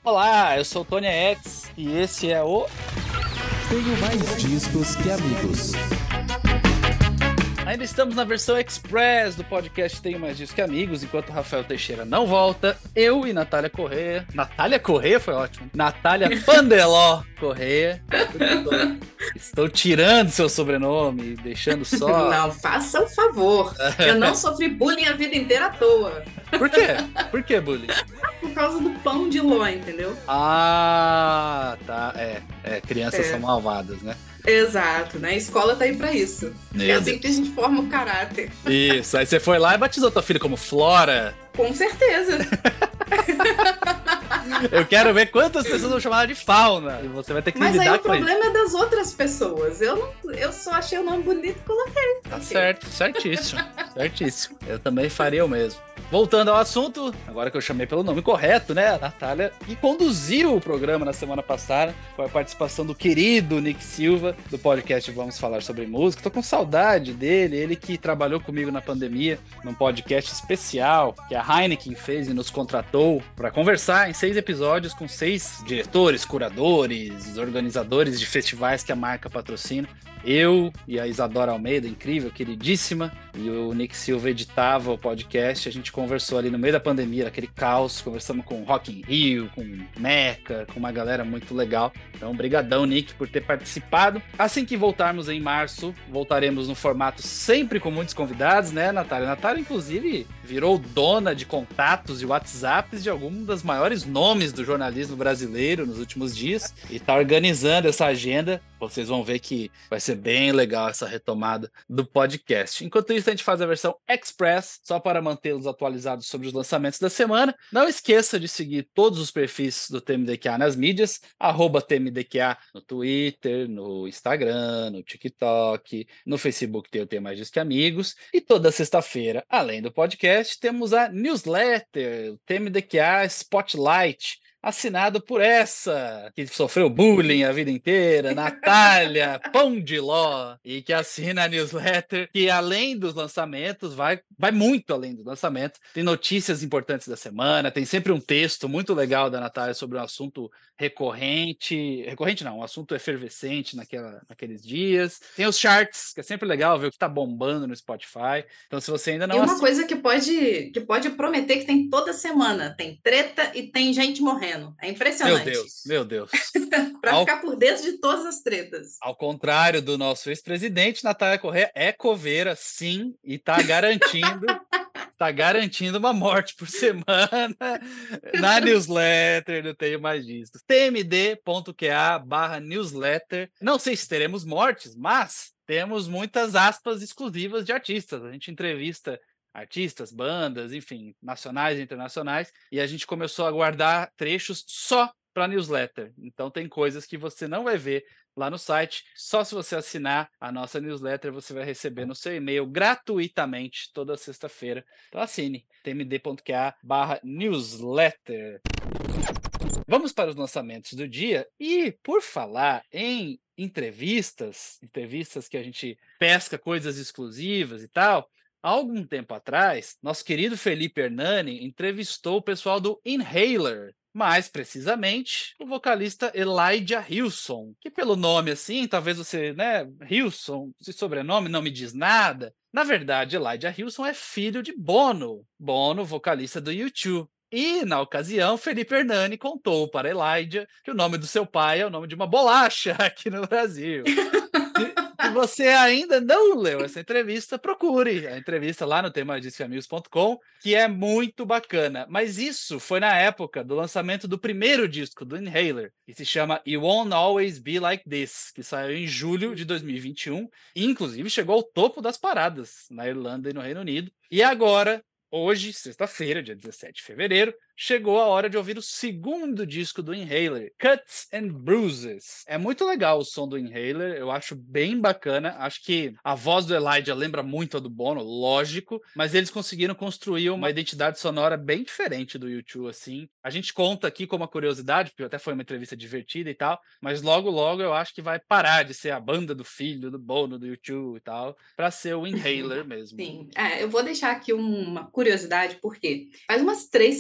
Olá, eu sou o Tony X e esse é o Tenho Mais Discos Que Amigos. Ainda estamos na versão Express do podcast Tenho Mais Discos Que Amigos, enquanto o Rafael Teixeira não volta, eu e Natália Corrêa... Natália Corrêa foi ótimo. Natália Pandeló Corrêa. Estou tirando seu sobrenome, deixando só... Não, faça um favor. Eu não sofri bullying a vida inteira à toa. Por quê? Por que bullying? Por causa do pão de ló, entendeu? Ah, tá. Crianças são malvadas, né? Exato, né? A escola tá aí pra isso. É assim que a gente forma o caráter. Isso, aí você foi lá e batizou tua filha como Flora. Com certeza. Eu quero ver quantas pessoas vão chamar ela de Fauna. E você vai ter que Mas lidar aí o com isso. problema é das outras pessoas. Eu só achei o nome bonito e coloquei. Tá certo, certíssimo. Certíssimo. Eu também faria o mesmo. Voltando ao assunto, agora que eu chamei pelo nome correto, né? A Natália, que conduziu o programa na semana passada, com a participação do querido Nick Silva, do podcast Vamos Falar Sobre Música. Tô com saudade dele, ele que trabalhou comigo na pandemia, num podcast especial que a Heineken fez e nos contratou para conversar em 6 episódios com 6 diretores, curadores, organizadores de festivais que a marca patrocina. Eu e a Isadora Almeida, incrível, queridíssima, e o Nick Silva editava o podcast. A gente conversou ali no meio da pandemia, naquele caos, conversamos com Rock in Rio, com Meca, com uma galera muito legal. Então, brigadão, Nick, por ter participado. Assim que voltarmos em março, voltaremos no formato sempre com muitos convidados, né, Natália? Natália, inclusive, virou dona de contatos e WhatsApps de alguns dos maiores nomes do jornalismo brasileiro nos últimos dias e tá organizando essa agenda. Vocês vão ver que vai ser bem legal essa retomada do podcast. Enquanto isso, a gente faz a versão Express, só para mantê-los atualizados sobre os lançamentos da semana. Não esqueça de seguir todos os perfis do TMDQA nas mídias, @TMDQA no Twitter, no Instagram, no TikTok, no Facebook tem o Tem Mais Discos Que Amigos. E toda sexta-feira, além do podcast, temos a newsletter, o TMDQA Spotlight, assinado por essa, que sofreu bullying a vida inteira, Natália Pão de Ló, e que assina a newsletter, que além dos lançamentos, vai muito além dos lançamentos, tem notícias importantes da semana, tem sempre um texto muito legal da Natália sobre um assunto recorrente não, um assunto efervescente naqueles dias, tem os charts, que é sempre legal ver o que tá bombando no Spotify, então se você ainda não... E uma coisa que pode prometer que tem toda semana, tem treta e tem gente morrendo. É impressionante. Meu Deus. Para ficar por dentro de todas as tretas. Ao contrário do nosso ex-presidente, Natália Corrêa é coveira, sim, e tá garantindo uma morte por semana na newsletter do Tenho Mais Discos. tmd.qa/newsletter. Não sei se teremos mortes, mas temos muitas aspas exclusivas de artistas. A gente entrevista artistas, bandas, enfim, nacionais e internacionais, e a gente começou a guardar trechos só para newsletter. Então tem coisas que você não vai ver lá no site, só se você assinar a nossa newsletter você vai receber no seu e-mail gratuitamente toda sexta-feira. Então assine tmd.qa/newsletter. Vamos para os lançamentos do dia e, por falar em entrevistas que a gente pesca coisas exclusivas e tal, há algum tempo atrás, nosso querido Felipe Hernani entrevistou o pessoal do Inhaler, mais precisamente o vocalista Elijah Hillson, que pelo nome assim, talvez você, né, Hillson, esse sobrenome não me diz nada. Na verdade, Elijah Hillson é filho de Bono, vocalista do U2. E, na ocasião, Felipe Hernani contou para Elijah que o nome do seu pai é o nome de uma bolacha aqui no Brasil. Se você ainda não leu essa entrevista, procure a entrevista lá no temadiscoamigos.com, que é muito bacana. Mas isso foi na época do lançamento do primeiro disco do Inhaler, que se chama You Won't Always Be Like This, que saiu em julho de 2021 e, inclusive, chegou ao topo das paradas na Irlanda e no Reino Unido. E agora, hoje, sexta-feira, dia 17 de fevereiro, chegou a hora de ouvir o segundo disco do Inhaler, Cuts and Bruises. É muito legal o som do Inhaler, eu acho bem bacana. Acho que a voz do Elijah lembra muito a do Bono, lógico, mas eles conseguiram construir uma identidade sonora bem diferente do U2, assim. A gente conta aqui como uma curiosidade, porque até foi uma entrevista divertida e tal, mas logo, logo eu acho que vai parar de ser a banda do filho do Bono, do U2 e tal, para ser o Inhaler mesmo. Sim, eu vou deixar aqui uma curiosidade, porque faz umas 3 semanas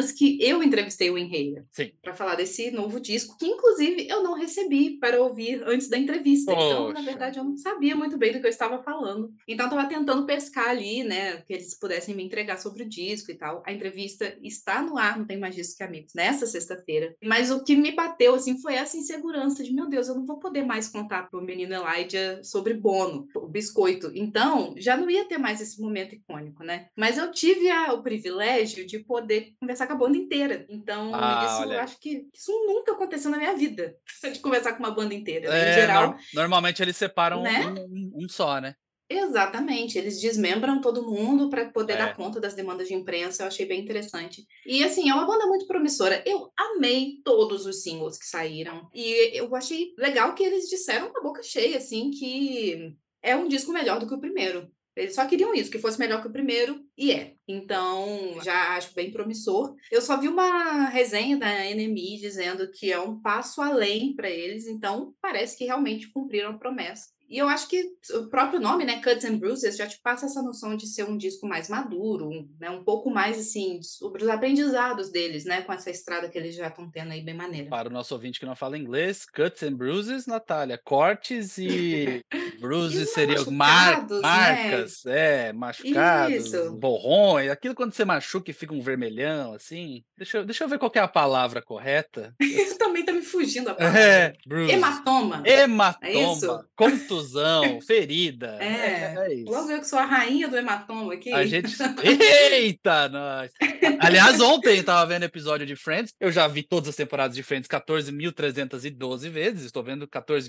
semanas que eu entrevistei o Inhaler Sim. para falar desse novo disco, que inclusive eu não recebi para ouvir antes da entrevista. Então, na Poxa. verdade, eu não sabia muito bem do que eu estava falando. Então, eu estava tentando pescar ali, né, que eles pudessem me entregar sobre o disco e tal. A entrevista está no ar, não tem mais disco que amigos, nessa sexta-feira. Mas o que me bateu, assim, foi essa insegurança de, meu Deus, eu não vou poder mais contar pro menino Elijah sobre Bono, o biscoito. Então, já não ia ter mais esse momento icônico, né? Mas eu tive o privilégio de poder conversar com a banda inteira. Então, isso, Olha aí. acho que isso nunca aconteceu na minha vida, de conversar com uma banda inteira, né? Em geral, Normalmente eles separam né? um só, né? Exatamente, eles desmembram todo mundo para poder dar É. conta das demandas de imprensa, eu achei bem interessante. E assim, é uma banda muito promissora. Eu amei todos os singles que saíram. E eu achei legal que eles disseram com a boca cheia, assim, que é um disco melhor do que o primeiro. Eles só queriam isso, que fosse melhor que o primeiro, e é. Então, já acho bem promissor. Eu só vi uma resenha da NME dizendo que é um passo além para eles, então parece que realmente cumpriram a promessa. E eu acho que o próprio nome, né, Cuts and Bruises, já te passa essa noção de ser um disco mais maduro, né, um pouco mais, assim, sobre os aprendizados deles, né, com essa estrada que eles já estão tendo aí bem maneira. Para o nosso ouvinte que não fala inglês, cuts and bruises, Natália, cortes e E bruises não é seriam machucados, né? marcas, machucados, Isso. borrões, aquilo quando você machuca e fica um vermelhão, assim. Deixa eu ver qual que é a palavra correta. Também tá me fugindo a palavra. Bruise. Hematoma. É Hematoma, isso? contusão, ferida. É. É Logo isso. eu que sou a rainha do hematoma A aqui. gente. Eita, nós! Aliás, ontem eu tava vendo episódio de Friends. Eu já vi todas as temporadas de Friends 14.312 vezes. Estou vendo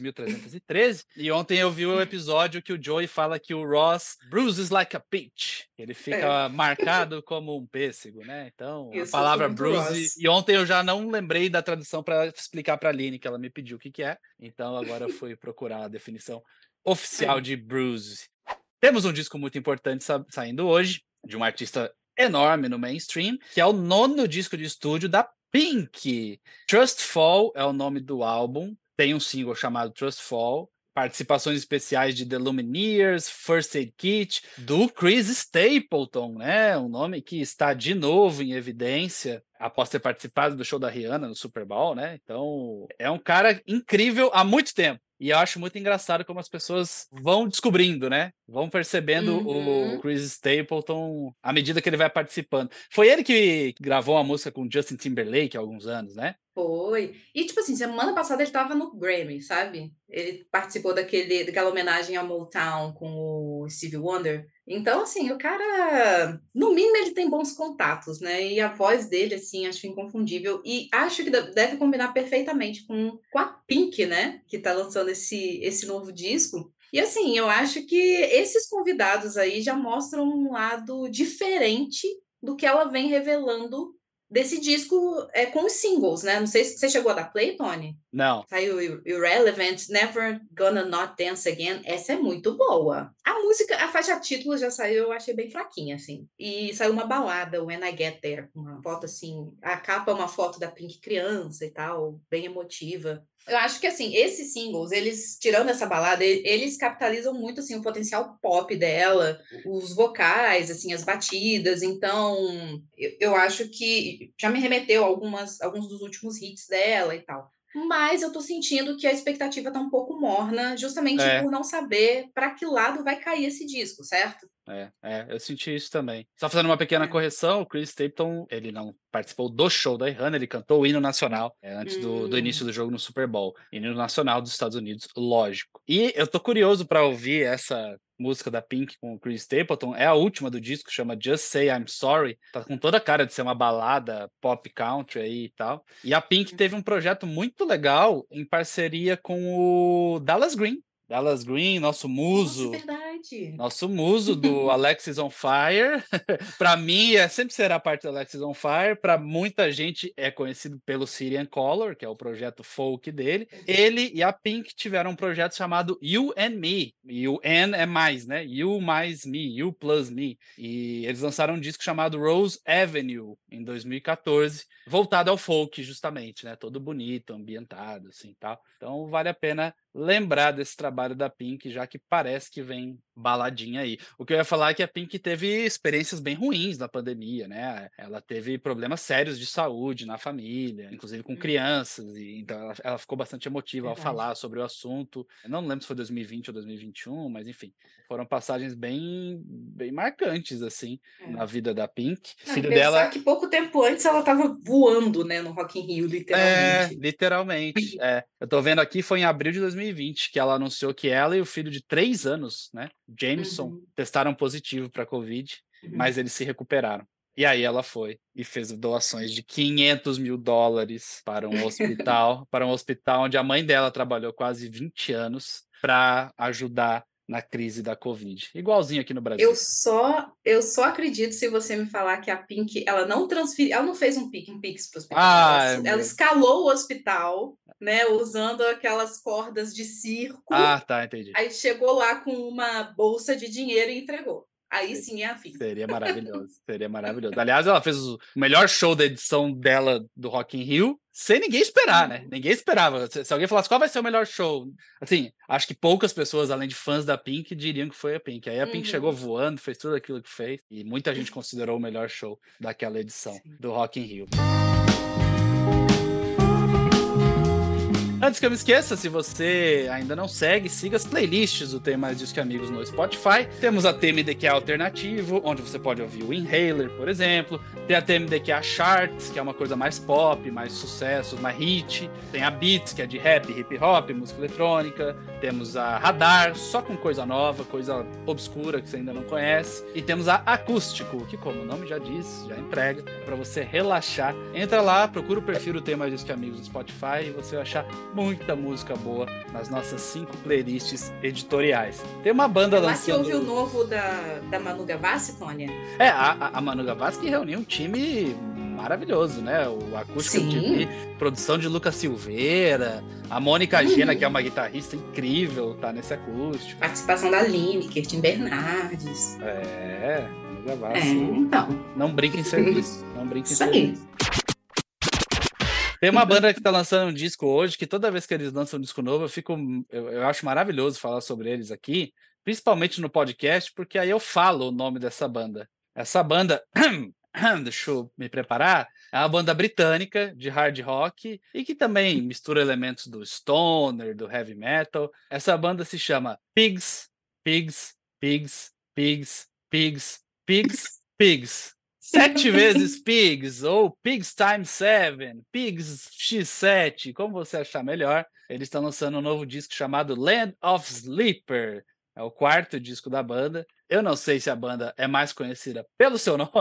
14.313. E ontem eu vi o episódio que o Joey fala que o Ross bruises like a peach. Ele É, fica marcado como um pêssego, né? Então, a isso, eu sou palavra muito bruise. Ross. E ontem eu já não lembrei da tradução para explicar para a Aline, que ela me pediu o que que é. Então, agora eu fui procurar a definição oficial É. de bruise. Temos um disco muito importante saindo hoje, de um artista enorme no mainstream, que é o 9º disco de estúdio da Pink. Trust Fall é o nome do álbum, tem um single chamado Trust Fall, participações especiais de The Lumineers, First Aid Kit, do Chris Stapleton, né? Um nome que está de novo em evidência após ter participado do show da Rihanna no Super Bowl, né? Então, é um cara incrível há muito tempo. E eu acho muito engraçado como as pessoas vão descobrindo, né? Vão percebendo o Uhum. Chris Stapleton à medida que ele vai participando. Foi ele que gravou a música com Justin Timberlake há alguns anos, né? Foi. E, tipo assim, semana passada ele tava no Grammy, sabe? Ele participou daquela homenagem ao Motown com o Stevie Wonder. Então, assim, o cara, no mínimo, ele tem bons contatos, né? E a voz dele, assim, acho inconfundível. E acho que deve combinar perfeitamente com a Pink, né? Que tá lançando esse novo disco. E assim, eu acho que esses convidados aí já mostram um lado diferente do que ela vem revelando desse disco com os singles, né? Não sei se você chegou a dar play, Tony. Não. Saiu Irrelevant, Never Gonna Not Dance Again. Essa é muito boa. A música, a faixa título já saiu, eu achei bem fraquinha, assim. E saiu uma balada, When I Get There. Uma foto, assim, a capa é uma foto da Pink criança e tal, bem emotiva. Eu acho que, assim, esses singles, eles, tirando essa balada, eles capitalizam muito, assim, o potencial pop dela, os vocais, assim, as batidas. Então, eu acho que já me remeteu a alguns dos últimos hits dela e tal. Mas eu tô sentindo que a expectativa tá um pouco morna, justamente É, por não saber para que lado vai cair esse disco, certo? eu senti isso também. Só fazendo uma pequena É. correção, o Chris Stapleton, ele não participou do show da Rihanna, ele cantou o hino nacional antes do início do jogo no Super Bowl. Hino nacional dos Estados Unidos, lógico. E eu tô curioso para ouvir essa música da Pink com o Chris Stapleton, é a última do disco, chama Just Say I'm Sorry. Tá com toda a cara de ser uma balada pop country aí e tal. E a Pink teve um projeto muito legal em parceria com o Dallas Green. Dallas Green, Nossa, é muso verdade. nosso muso do Alexis on Fire. Para mim, sempre será parte do Alexis on Fire. Para muita gente, é conhecido pelo Syrian Color, que é o projeto folk dele. Ele e a Pink tiveram um projeto chamado You and Me. E o N é mais, né? You mais me, You plus me. E eles lançaram um disco chamado Rose Avenue em 2014, voltado ao folk, justamente, né? Todo bonito, ambientado, assim, tal. Então, vale a pena lembrar desse trabalho da Pink, já que parece que vem baladinha aí. O que eu ia falar é que a Pink teve experiências bem ruins na pandemia, né? Ela teve problemas sérios de saúde na família, inclusive com crianças, e então ela ficou bastante emotiva ao Verdade. falar sobre o assunto. Eu não lembro se foi 2020 ou 2021, mas enfim, foram passagens bem marcantes, assim, É. na vida da Pink. O Não, e filho pensar dela. que pouco tempo antes ela estava voando, né, no Rock in Rio, literalmente. Literalmente. Eu tô vendo aqui, foi em abril de 2020 que ela anunciou que ela e o filho de 3 anos, né, Jameson, Uhum, testaram positivo para Covid, uhum. mas eles se recuperaram. E aí ela foi e fez doações de US$ 500.000 para um hospital onde a mãe dela trabalhou quase 20 anos para ajudar na crise da Covid. Igualzinho aqui no Eu Brasil. só acredito se você me falar que a Pink, ela não transferiu, ela não fez um Pix para o hospital, Ai, ela meu. escalou o hospital, né, usando aquelas cordas de circo, Ah, tá, entendi. aí chegou lá com uma bolsa de dinheiro e entregou. Aí Se- sim é a Pink. Seria maravilhoso, seria maravilhoso. Aliás, ela fez o melhor show da edição dela do Rock in Rio, sem ninguém esperar, né? Uhum. Ninguém esperava. Se alguém falasse qual vai ser o melhor show, assim, acho que poucas pessoas, além de fãs da Pink, diriam que foi a Pink. Aí a Pink chegou Uhum. voando, fez tudo aquilo que fez, e muita gente considerou o melhor show daquela edição Sim. do Rock in Rio. Antes que eu me esqueça, se você ainda não segue, siga as playlists do Tem Mais Disco que Amigos no Spotify. Temos a TMD que é alternativo, onde você pode ouvir o Inhaler, por exemplo. Tem a TMD que é a Charts, que é uma coisa mais pop, mais sucesso, mais hit. Tem a Beats, que é de rap, hip hop, música eletrônica. Temos a Radar, só com coisa nova, coisa obscura que você ainda não conhece. E temos a Acústico, que como o nome já diz, já emprega, para você relaxar. Entra lá, procura o perfil do Tem Mais Disco que Amigos no Spotify e você vai achar muita música boa nas nossas 5 playlists editoriais. Tem uma banda É lá que lançando... houve o novo da Manu Gavassi, Tônia? A Manu Gavassi que reuniu um time maravilhoso, né? O Acústico Sim. MTV, produção de Lucas Silveira, a Mônica Gena, que é uma guitarrista incrível, tá nesse acústico. Participação da Lineker, Tim Bernardes. Manu Gavassi. Então. Não brinca em serviço. Não brinca em Isso aí. serviço. Tem uma banda que tá lançando um disco hoje, que toda vez que eles lançam um disco novo, eu acho maravilhoso falar sobre eles aqui, principalmente no podcast, porque aí eu falo o nome dessa banda. Essa banda, deixa eu me preparar, é uma banda britânica de hard rock e que também mistura elementos do stoner, do heavy metal. Essa banda se chama Pigs, Pigs, Pigs, Pigs, Pigs, Pigs, Pigs. 7 vezes Pigs, ou Pigs Times 7, Pigs X7, como você achar melhor. Eles estão lançando um novo disco chamado Land of Sleeper. É o 4º disco da banda. Eu não sei se a banda é mais conhecida pelo seu nome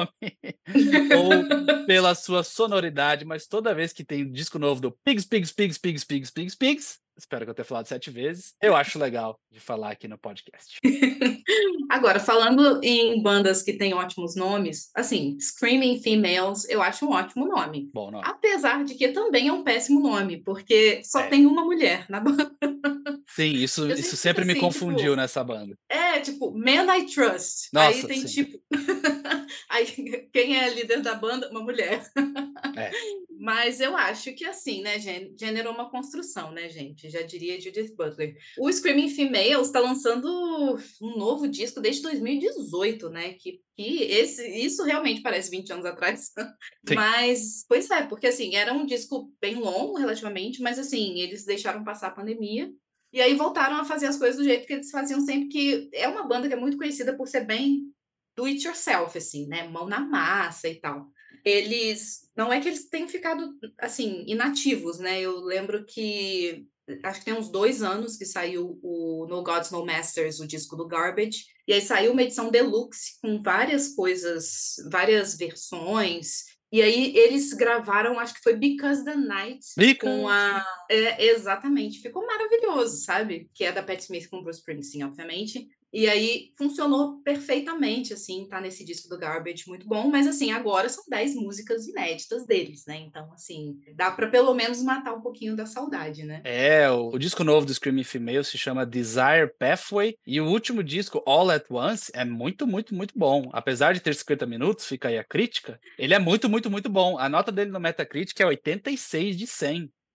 ou pela sua sonoridade, mas toda vez que tem disco novo do Pigs, Pigs, Pigs, Pigs, Pigs, Pigs, Pigs, espero que eu tenha falado 7 vezes, eu acho legal de falar aqui no podcast. Agora, falando em bandas que têm ótimos nomes, assim, Screaming Females, eu acho um ótimo nome. Bom nome. Apesar de que também é um péssimo nome, porque só É. tem uma mulher na banda. Sim, isso Eu sempre fico me assim, confundiu tipo, nessa banda. tipo, Man I Trust. Aí Nossa, tem sim. tipo. Aí quem é líder da banda? Uma mulher. É. Mas eu acho que assim, né, gênero é uma construção, né, gente? Já diria Judith Butler. O Screaming Females está lançando um novo disco desde 2018, né? Isso realmente parece 20 anos atrás. Sim. Mas, pois é, porque assim, era um disco bem longo relativamente, mas assim, eles deixaram passar a pandemia. E aí voltaram a fazer as coisas do jeito que eles faziam sempre, que é uma banda que é muito conhecida por ser bem do it yourself, assim, né? Mão na massa e tal. Eles, não é que eles tenham ficado, assim, inativos, né? Eu lembro que, acho que tem uns 2 anos que saiu o No Gods, No Masters, o disco do Garbage, e aí saiu uma edição deluxe com várias coisas, várias versões, e aí eles gravaram, acho que foi Because the Night, com a... exatamente, ficou maravilhoso, sabe? Que é da Patti Smith com Bruce Springsteen, obviamente. E aí funcionou perfeitamente, assim, tá nesse disco do Garbage, muito bom, mas assim, agora são 10 músicas inéditas deles, né? Então, assim, dá pra pelo menos matar um pouquinho da saudade, né? O disco novo do Screaming Female se chama Desire Pathway e o último disco, All at Once, é muito, muito, muito bom. Apesar de ter 50 minutos, fica aí a crítica, ele é muito, muito, muito bom. A nota dele no Metacritic é 86 de 100.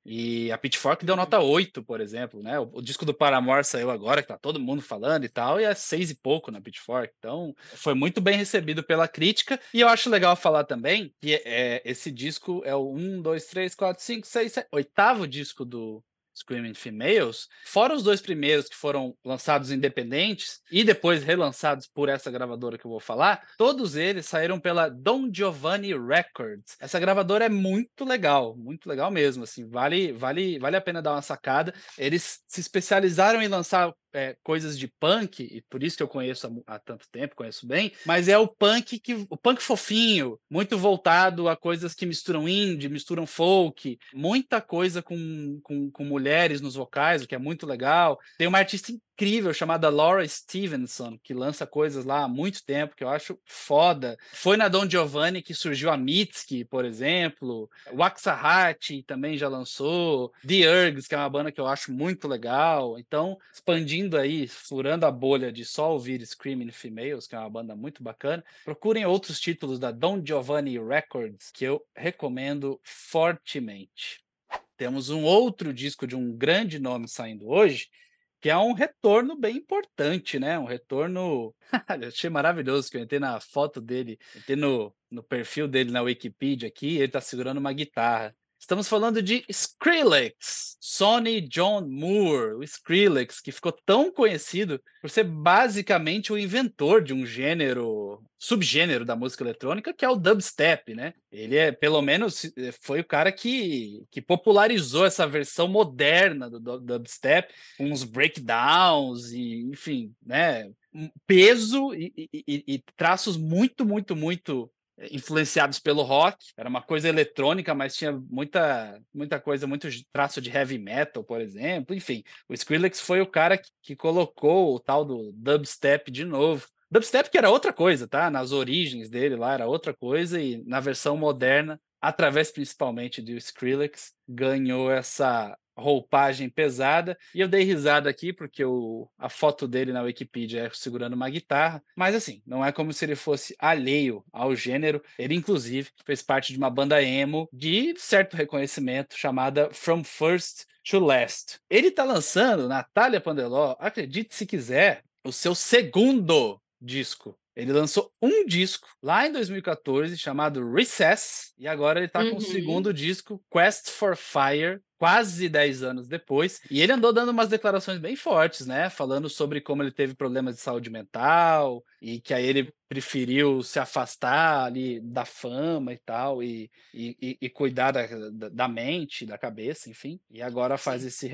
E a Pitchfork deu nota 8, por exemplo, né? O disco do Paramore saiu agora, que tá todo mundo falando e tal, e é 6 e pouco na Pitchfork. Então, foi muito bem recebido pela crítica. E eu acho legal falar também que esse disco é o 1, 2, 3, 4, 5, 6, 7, oitavo disco do Screaming Females, fora os 2 primeiros que foram lançados independentes e depois relançados por essa gravadora que eu vou falar, todos eles saíram pela Don Giovanni Records. Essa gravadora é muito legal mesmo, assim, vale a pena dar uma sacada. Eles se especializaram em lançar coisas de punk, e por isso que eu conheço há tanto tempo, conheço bem, mas é o punk fofinho, muito voltado a coisas que misturam indie, misturam folk, muita coisa com mulheres nos vocais, o que é muito legal. Tem uma artista incrível chamada Laura Stevenson, que lança coisas lá há muito tempo, que eu acho foda. Foi na Don Giovanni que surgiu a Mitski, por exemplo, Waxahachie também já lançou, The Urgs, que é uma banda que eu acho muito legal. Então, expandindo aí, furando a bolha de só ouvir Screaming Females, que é uma banda muito bacana, procurem outros títulos da Don Giovanni Records, que eu recomendo fortemente. Temos um outro disco de um grande nome saindo hoje, que é um retorno bem importante, né? Um retorno. Eu achei maravilhoso que eu entrei na foto dele, entrei no perfil dele na Wikipedia aqui, ele tá segurando uma guitarra. Estamos falando de Skrillex, Sonny John Moore, o Skrillex, que ficou tão conhecido por ser basicamente o inventor de um subgênero da música eletrônica, que é o dubstep, né? Ele pelo menos, foi o cara que popularizou essa versão moderna do dubstep, com uns breakdowns e, enfim, né? Peso e traços muito, muito, muito influenciados pelo rock. Era uma coisa eletrônica, mas tinha muita coisa, muito traço de heavy metal, por exemplo. Enfim, o Skrillex foi o cara que colocou o tal do dubstep de novo. Dubstep que era outra coisa, tá? Nas origens dele lá era outra coisa, e na versão moderna, através principalmente do Skrillex, ganhou essa roupagem pesada. E eu dei risada aqui porque a foto dele na Wikipedia é segurando uma guitarra, mas assim, não é como se ele fosse alheio ao gênero. Ele inclusive fez parte de uma banda emo de certo reconhecimento chamada From First to Last. Ele tá lançando, Natália Pandeló, acredite se quiser, o seu segundo disco. Ele lançou um disco lá em 2014 chamado Recess, e agora ele tá com o segundo disco, Quest for Fire, quase 10 anos depois. E ele andou dando umas declarações bem fortes, né? Falando sobre como ele teve problemas de saúde mental e que aí ele preferiu se afastar ali da fama e tal, e cuidar da mente, da cabeça, enfim. E agora faz esse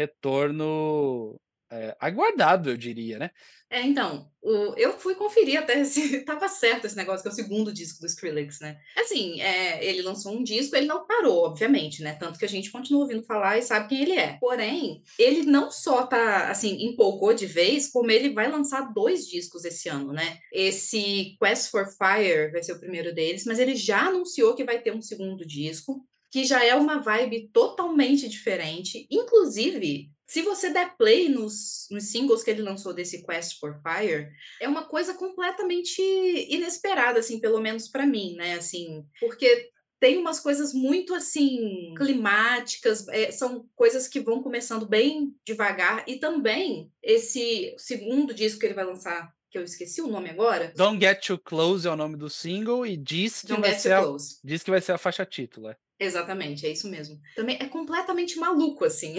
retorno aguardado, eu diria, né? Então, eu fui conferir até se tava certo esse negócio, que é o segundo disco do Skrillex, né? Assim, ele lançou um disco, ele não parou, obviamente, né? Tanto que a gente continua ouvindo falar e sabe quem ele é. Porém, ele não só tá, assim, empolgou de vez, como ele vai lançar 2 discos esse ano, né? Esse Quest for Fire vai ser o primeiro deles, mas ele já anunciou que vai ter um segundo disco, que já é uma vibe totalmente diferente. Inclusive, se você der play nos singles que ele lançou desse Quest for Fire, é uma coisa completamente inesperada, assim, pelo menos para mim, né? Assim, porque tem umas coisas muito, assim, climáticas, são coisas que vão começando bem devagar, e também esse segundo disco que ele vai lançar, que eu esqueci o nome agora. Don't Get Too Close é o nome do single, e diz que vai ser a faixa título. Exatamente, é isso mesmo. Também é completamente maluco, assim,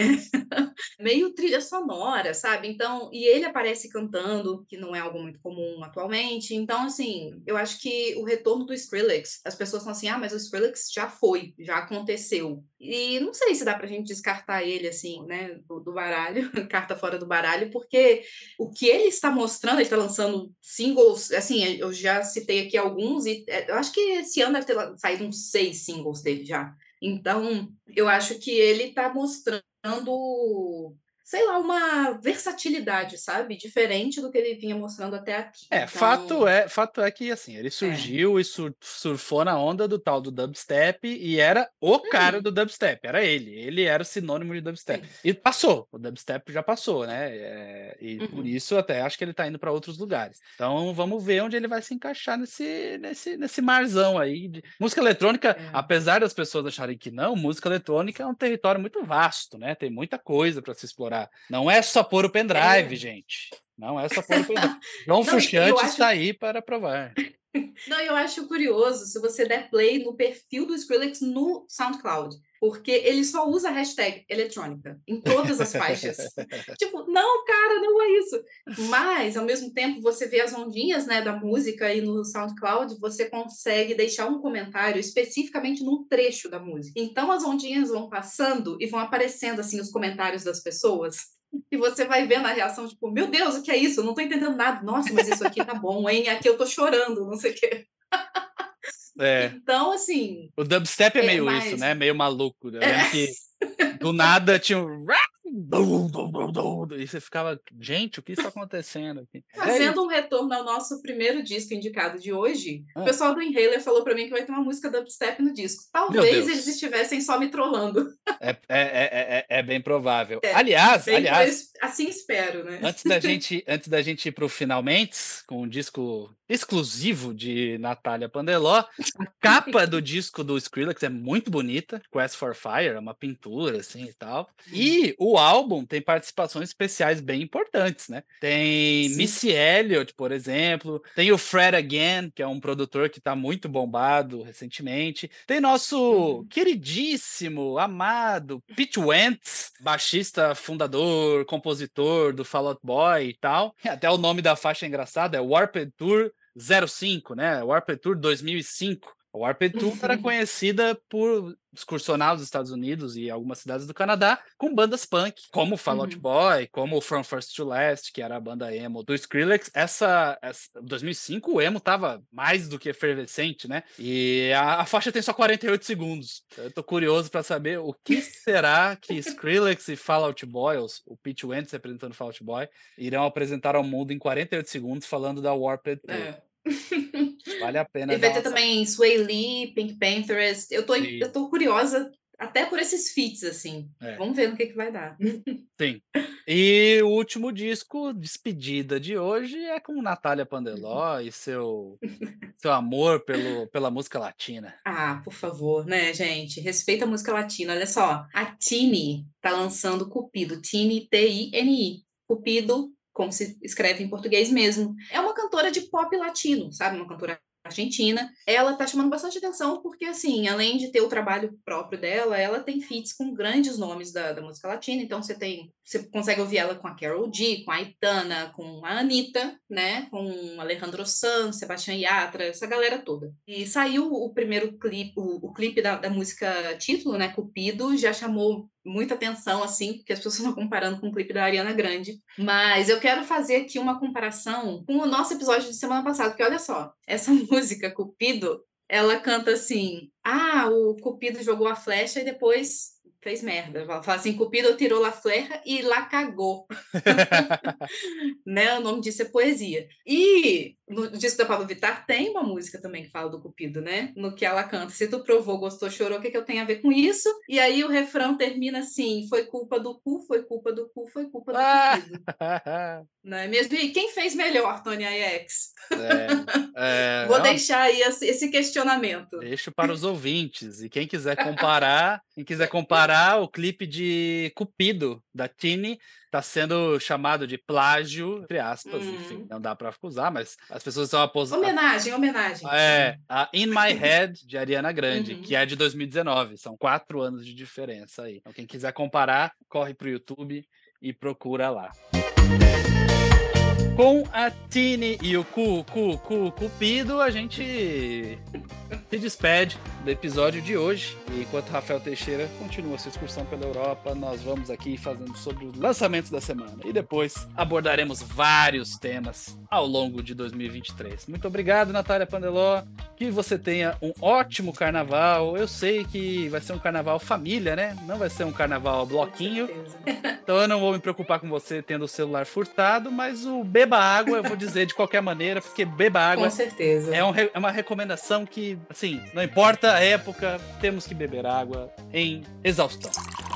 meio trilha sonora, sabe? Então, e ele aparece cantando, que não é algo muito comum atualmente. Então, assim, eu acho que o retorno do Skrillex, as pessoas falam assim, mas o Skrillex já aconteceu. E não sei se dá pra gente descartar ele, assim, né, do baralho, carta fora do baralho, porque o que ele está mostrando, ele está lançando singles, assim, eu já citei aqui alguns, e eu acho que esse ano deve ter saído uns 6 singles dele já. Então, eu acho que ele está mostrando, sei lá, uma versatilidade, sabe? Diferente do que ele vinha mostrando até aqui. Então, fato é que, assim, ele surgiu e surfou na onda do tal do dubstep e era o cara do dubstep, era ele era sinônimo de dubstep. Sim. E passou, o dubstep já passou, né? E por isso até acho que ele tá indo para outros lugares. Então vamos ver onde ele vai se encaixar nesse marzão aí. Música eletrônica, apesar das pessoas acharem que não, música eletrônica é um território muito vasto, né? Tem muita coisa para se explorar. Não é só pôr o pendrive, gente. Não é só pôr o pendrive. João Frusciante está aí para provar. Não, eu acho curioso se você der play no perfil do Skrillex no SoundCloud, porque ele só usa a hashtag eletrônica em todas as faixas. Tipo, não, cara, não é isso. Mas, ao mesmo tempo, você vê as ondinhas, né, da música aí no SoundCloud, você consegue deixar um comentário especificamente num trecho da música. Então, as ondinhas vão passando e vão aparecendo, assim, os comentários das pessoas. E você vai vendo a reação, tipo, meu Deus, o que é isso? Eu não tô entendendo nada. Nossa, mas isso aqui tá bom, hein? Aqui eu tô chorando, não sei o quê. Então, assim... O dubstep é meio isso, né? Meio maluco. Eu lembro que do nada tinha um... E você ficava, gente, o que está acontecendo aqui? Fazendo um retorno ao nosso primeiro disco indicado de hoje, o pessoal do Inhaler falou para mim que vai ter uma música dubstep no disco. Talvez eles estivessem só me trollando. É bem provável. Aliás, assim espero, né? Antes da gente ir pro finalmente, com um disco exclusivo de Natália Pandeló, a capa do disco do Skrillex é muito bonita, Quest for Fire, é uma pintura assim e tal. E o álbum tem participações especiais bem importantes, né? Tem Missy Elliott, por exemplo, tem o Fred Again, que é um produtor que tá muito bombado recentemente. Tem nosso queridíssimo, amado Pete Wentz, baixista, fundador, compositor do Fall Out Boy e tal. Até o nome da faixa é engraçado, é Warped Tour 05, né? Warped Tour 2005. A Warped Tour era conhecida por excursionar os Estados Unidos e algumas cidades do Canadá com bandas punk, como Fall Out Boy, como From First to Last, que era a banda emo do Skrillex. Essa 2005 o emo tava mais do que efervescente, né? E a faixa tem só 48 segundos. Eu tô curioso para saber o que será que Skrillex e Fall Out Boy, o Pete Wentz representando Fall Out Boy, irão apresentar ao mundo em 48 segundos falando da Warped Tour. Vale a pena. E vai ter também Sway Lee, Pink Panthers. Eu tô curiosa até por esses feats, assim. Vamos ver no que vai dar. Sim. E o último disco, despedida de hoje, é com Natália Pandeló e seu amor pela música latina. Ah, por favor, né, gente? Respeita a música latina. Olha só, a Tini tá lançando Cupido. Tini, T-I-N-I. Cupido, como se escreve em português mesmo. É uma cantora de pop latino, sabe? Uma cantora argentina. Ela tá chamando bastante atenção porque, assim, além de ter o trabalho próprio dela, ela tem feats com grandes nomes da música latina. Então, você consegue ouvir ela com a Karol G, com a Aitana, com a Anitta, né? Com Alejandro Sanz, Sebastián Yatra, essa galera toda. E saiu o primeiro clipe, o clipe da música título, né? Cupido, já chamou muita atenção, assim, porque as pessoas estão comparando com o clipe da Ariana Grande. Mas eu quero fazer aqui uma comparação com o nosso episódio de semana passada, porque olha só, essa música Cupido, ela canta assim, o Cupido jogou a flecha e depois fez merda. Ela fala assim, Cupido tirou a flecha e lá cagou. Né? O nome disso é poesia. E no disco da Pablo Vittar tem uma música também que fala do Cupido, né? No que ela canta, se tu provou, gostou, chorou, o que eu tenho a ver com isso? E aí o refrão termina assim, foi culpa do cu, foi culpa do cu, foi culpa do Cupido. Não é mesmo? E quem fez melhor, Tony Ayex? Vou deixar aí esse questionamento. Deixo para os ouvintes. E quem quiser comparar o clipe de Cupido, da Tini, está sendo chamado de plágio, entre aspas, enfim, não dá para acusar, mas as pessoas estão aposentando. Homenagem. A In My Head, de Ariana Grande, que é de 2019. São 4 anos de diferença aí. Então, quem quiser comparar, corre pro YouTube e procura lá. Com a Tini e o Cupido, a gente se despede do episódio de hoje. E enquanto Rafael Teixeira continua sua excursão pela Europa, nós vamos aqui fazendo sobre os lançamentos da semana. E depois abordaremos vários temas ao longo de 2023. Muito obrigado, Natália Pandeló. Que você tenha um ótimo carnaval. Eu sei que vai ser um carnaval família, né? Não vai ser um carnaval bloquinho. Então eu não vou me preocupar com você tendo o celular furtado, mas o beba água eu vou dizer de qualquer maneira, porque beba água. Com certeza. É uma recomendação que, assim, não importa a época, temos que beber água em exaustão.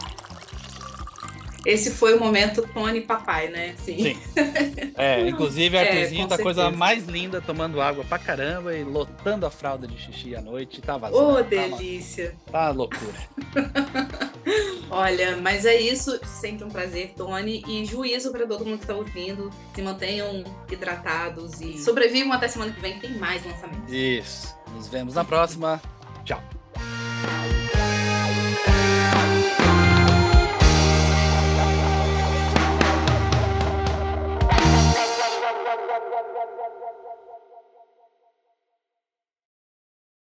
Esse foi o momento Tony Papai, né? Sim. Inclusive a Arthurzinho tá a coisa certeza. mais linda, tomando água pra caramba e lotando a fralda de xixi à noite. Tá vazando. Ô, delícia. Tá loucura. Olha, mas é isso. Sempre um prazer, Tony. E juízo para todo mundo que tá ouvindo. Se mantenham hidratados e sobrevivam até semana que vem. Tem mais lançamentos. Isso. Nos vemos na próxima. Tchau. Yeah.